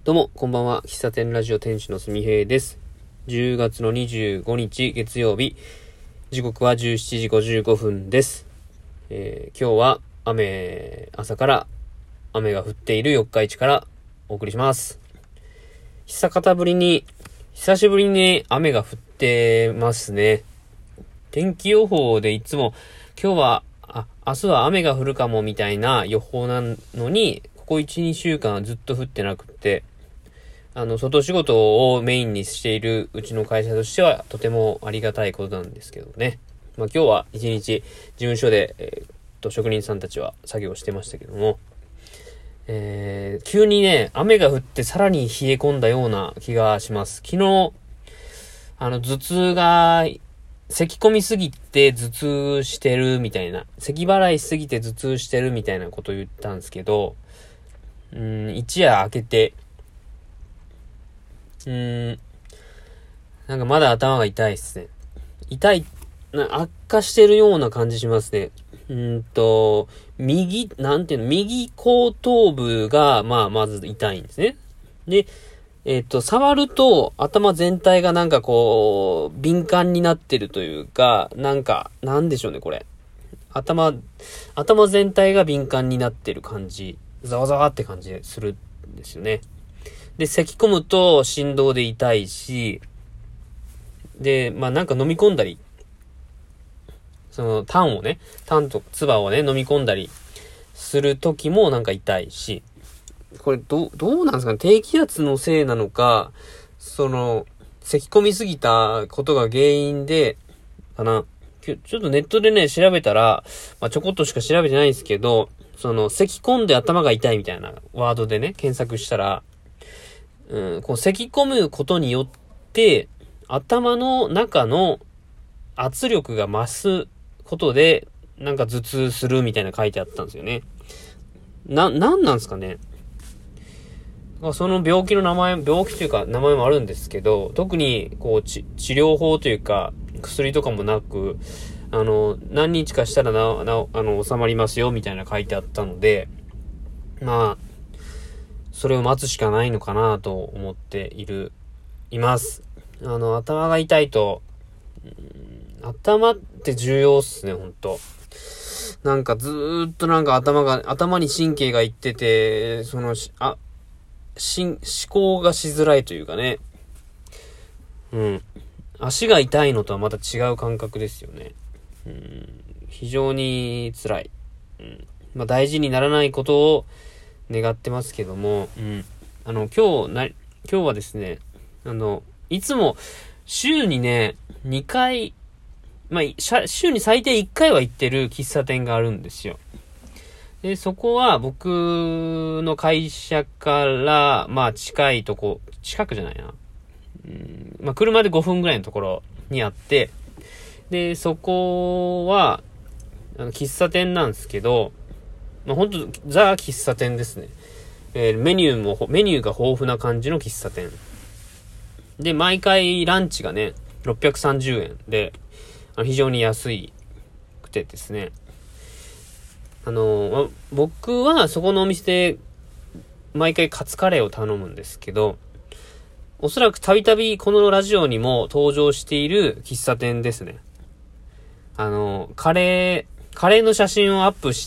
どうも、こんばんは。喫茶店ラジオ店主のすみへいです。10月の25日月曜日、時刻は17時55分です。今日は朝から雨が降っている四日市からお送りします。久しぶりに雨が降ってますね。天気予報でいつも明日は雨が降るかもみたいな予報なのに、ここ 1,2 週間はずっと降ってなくて、外仕事をメインにしているうちの会社としてはとてもありがたいことなんですけどね。今日は一日事務所で、職人さんたちは作業してましたけども、急にね、雨が降ってさらに冷え込んだような気がします。昨日、頭痛が、咳込みすぎて頭痛してるみたいな、咳払いしすぎて頭痛してるみたいなことを言ったんですけど、一夜明けて、なんかまだ頭が痛いですね。悪化してるような感じしますね。右後頭部が、まず痛いんですね。で、触ると頭全体がなんかこう、敏感になってるというか、なんでしょうね、これ。頭全体が敏感になってる感じ、ざわざわって感じするんですよね。で、咳込むと振動で痛いし、で、なんか飲み込んだり、その痰と唾をね、飲み込んだりする時もなんか痛いし、これどうなんですかね、低気圧のせいなのか、咳込みすぎたことが原因で、ちょっとネットでね、調べたら、ちょこっとしか調べてないんですけど、咳込んで頭が痛いみたいなワードでね、検索したら、こう咳込むことによって、頭の中の圧力が増すことで、なんか頭痛するみたいな書いてあったんですよね。なんですかね。その病気というか名前もあるんですけど、特にこう治療法というか薬とかもなく、何日かしたら収まりますよみたいな書いてあったので、それを待つしかないのかなと思っています。頭が痛いと、頭って重要っすね、ほんと。なんかずーっとなんか頭に神経がいってて、思考がしづらいというかね。足が痛いのとはまた違う感覚ですよね。非常に辛い。大事にならないことを願ってますけども、今日はですね、いつも週にね、2回、週に最低1回は行ってる喫茶店があるんですよ。で、そこは僕の会社から、近くじゃないな。車で5分ぐらいのところにあって、で、そこは、喫茶店なんですけど、本当ザ喫茶店ですね。メニューが豊富な感じの喫茶店。で、毎回ランチがね、630円で、非常に安くてですね。僕はそこのお店で毎回カツカレーを頼むんですけど、おそらくたびたびこのラジオにも登場している喫茶店ですね。カレーの写真をアップして、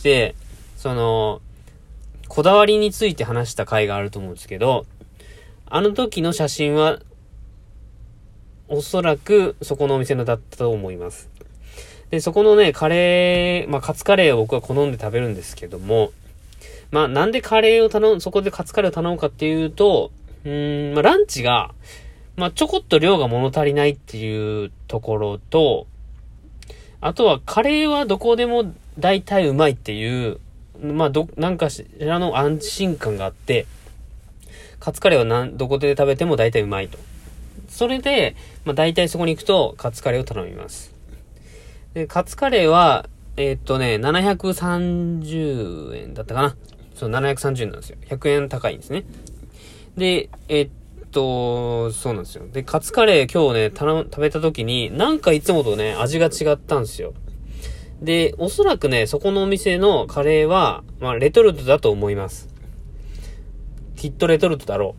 こだわりについて話した回があると思うんですけど、あの時の写真はおそらくそこのお店のだったと思います。で、そこのね、カツカレーを僕は好んで食べるんですけども、なんでそこでカツカレーを頼むかっていうと、ランチが、ちょこっと量が物足りないっていうところと、あとはカレーはどこでも大体うまいっていう、なんかしらの安心感があって、カツカレーはどこで食べても大体うまいと。それで、大体そこに行くとカツカレーを頼みます。で、カツカレーは、730円だったかな。730円なんですよ。100円高いんですね。で、そうなんですよ。で、カツカレー今日ね、食べた時に、なんかいつもとね、味が違ったんですよ。で、おそらくね、そこのお店のカレーは、レトルトだと思います。きっとレトルトだろう。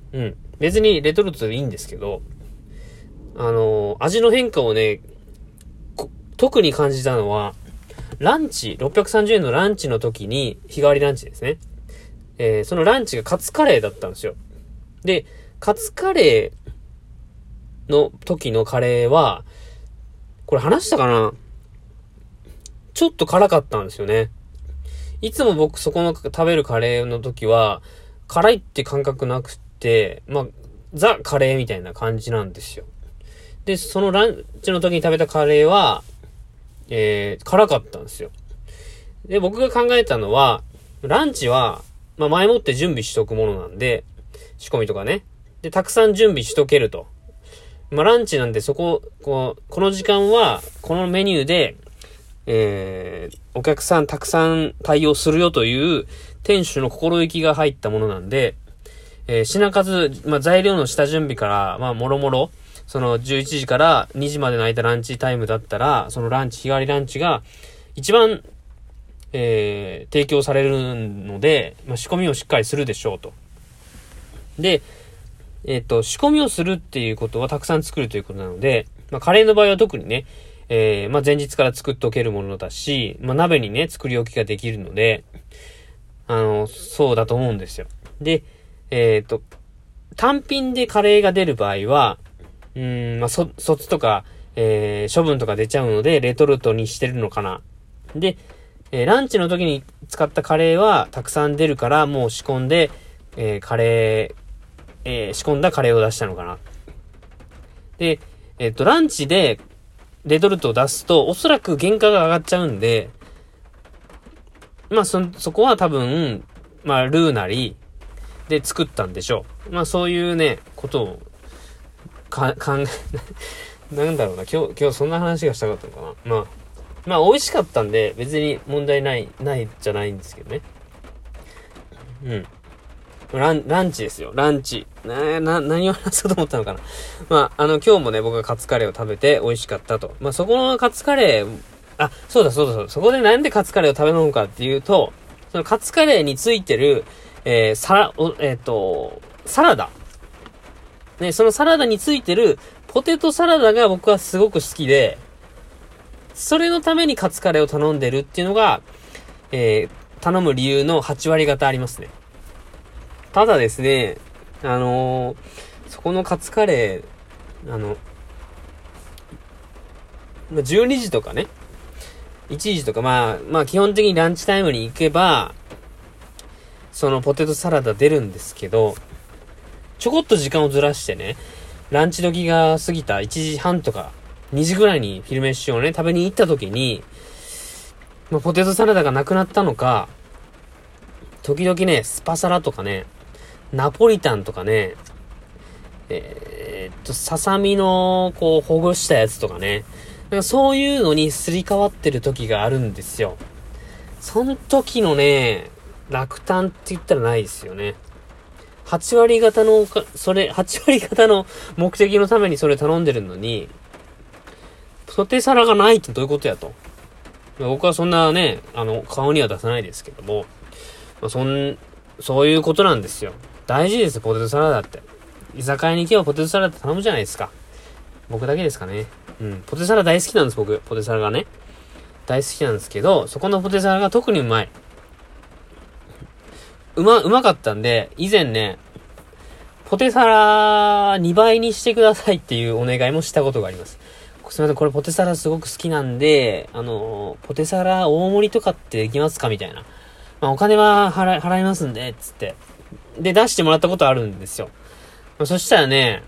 別にレトルトでいいんですけど、味の変化をね、特に感じたのは、ランチ、630円のランチの時に、日替わりランチですね。そのランチがカツカレーだったんですよ。で、カツカレーの時のカレーは、これ話したかな？ちょっと辛かったんですよね。いつも僕そこの食べるカレーの時は、辛いって感覚なくって、ザ・カレーみたいな感じなんですよ。で、そのランチの時に食べたカレーは、辛かったんですよ。で、僕が考えたのは、ランチは、前もって準備しとくものなんで、仕込みとかね。で、たくさん準備しとけると。ランチなんでこの時間は、このメニューで、お客さんたくさん対応するよという店主の心意気が入ったものなんで、品数、材料の下準備から、もろもろ、その11時から2時までの間ランチタイムだったら、そのランチ、日替わりランチが一番、提供されるので、仕込みをしっかりするでしょうと。で、仕込みをするっていうことはたくさん作るということなので、カレーの場合は特にね、前日から作っておけるものだし、鍋にね、作り置きができるので、そうだと思うんですよ。で、単品でカレーが出る場合は、卒とか、処分とか出ちゃうので、レトルトにしてるのかな。で、ランチの時に使ったカレーはたくさん出るから、もう仕込んで、仕込んだカレーを出したのかな。で、ランチでレトルトを出すと、おそらく原価が上がっちゃうんで、そこは多分、ルーなりで作ったんでしょう。そういうね、ことを考え、なんだろうな、今日そんな話がしたかったのかな。美味しかったんで、別に問題ないじゃないんですけどね。ランチですよ、ランチ。何を話そうと思ったのかな。今日もね、僕がカツカレーを食べて美味しかったと。そこのカツカレー、そうだ。そこでなんでカツカレーを食べるのかっていうと、そのカツカレーについてる、サラダ。ね、そのサラダについてるポテトサラダが僕はすごく好きで、それのためにカツカレーを頼んでるっていうのが、頼む理由の8割方ありますね。ただですね、そこのカツカレー、12時とかね、1時とか、基本的にランチタイムに行けば、そのポテトサラダ出るんですけど、ちょこっと時間をずらしてね、ランチ時が過ぎた1時半とか2時ぐらいに昼飯をね、食べに行った時に、ポテトサラダがなくなったのか、時々ね、スパサラとかね、ナポリタンとかね、ささみの、ほぐしたやつとかね、そういうのにすり替わってる時があるんですよ。その時のね、落胆って言ったらないですよね。8割方の目的のためにそれ頼んでるのに、ポテサラがないってどういうことやと。僕はそんなね、顔には出さないですけども、そういうことなんですよ。大事ですよ、ポテトサラダって。居酒屋に行けばポテトサラダ頼むじゃないですか。僕だけですかね。ポテサラ大好きなんです、僕。ポテサラがね。大好きなんですけど、そこのポテサラが特にうまい。うまかったんで、以前ね、ポテサラ2倍にしてくださいっていうお願いもしたことがあります。すみません、これポテサラすごく好きなんで、ポテサラ大盛りとかってできますかみたいな。お金は払いますんで、つって。で、出してもらったことあるんですよ。そしたらね、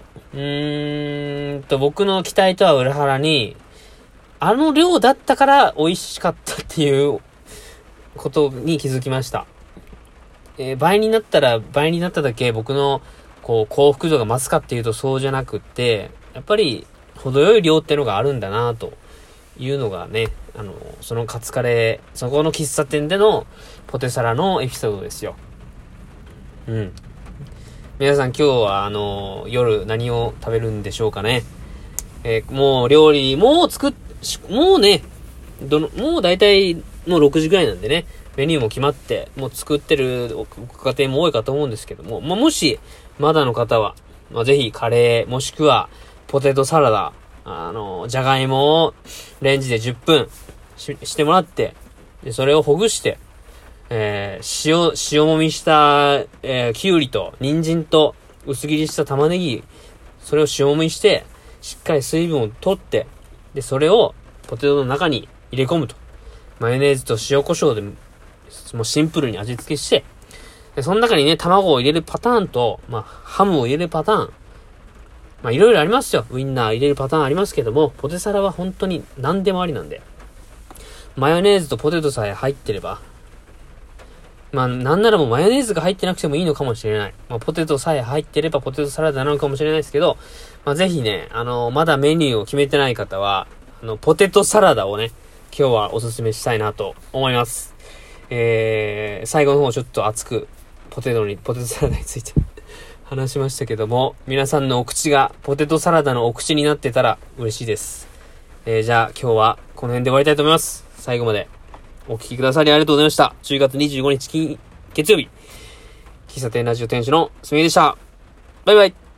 僕の期待とは裏腹に、量だったから美味しかったっていうことに気づきました。倍になっただけ僕の幸福度が増すかっていうとそうじゃなくって、やっぱり程よい量ってのがあるんだなというのがね、そのカツカレー、そこの喫茶店でのポテサラのエピソードですよ。皆さん今日は夜何を食べるんでしょうかね。もう料理もうね、もう大体もう6時ぐらいなんでね、メニューも決まってもう作ってるご家庭も多いかと思うんですけども、もしまだの方は、ぜひカレー、もしくはポテトサラダ、じゃがいもをレンジで10分してもらって、でそれをほぐして、塩もみした、きゅうりと人参と薄切りした玉ねぎ、それを塩もみして、しっかり水分を取って、で、それをポテトの中に入れ込むと。マヨネーズと塩コショウで、もうシンプルに味付けして、で、その中にね、卵を入れるパターンと、ハムを入れるパターン、いろいろありますよ。ウインナー入れるパターンありますけども、ポテサラは本当に何でもありなんで。マヨネーズとポテトさえ入ってれば、なんならもうマヨネーズが入ってなくてもいいのかもしれない。ポテトさえ入ってればポテトサラダなのかもしれないですけど、ぜひね、まだメニューを決めてない方は、ポテトサラダをね、今日はおすすめしたいなと思います。最後の方ちょっと熱く、ポテトサラダについて話しましたけども、皆さんのお口がポテトサラダのお口になってたら嬉しいです。じゃあ今日はこの辺で終わりたいと思います。最後までお聞きくださりありがとうございました。10月25日月曜日、喫茶店ラジオ店主のすみえでした。バイバイ。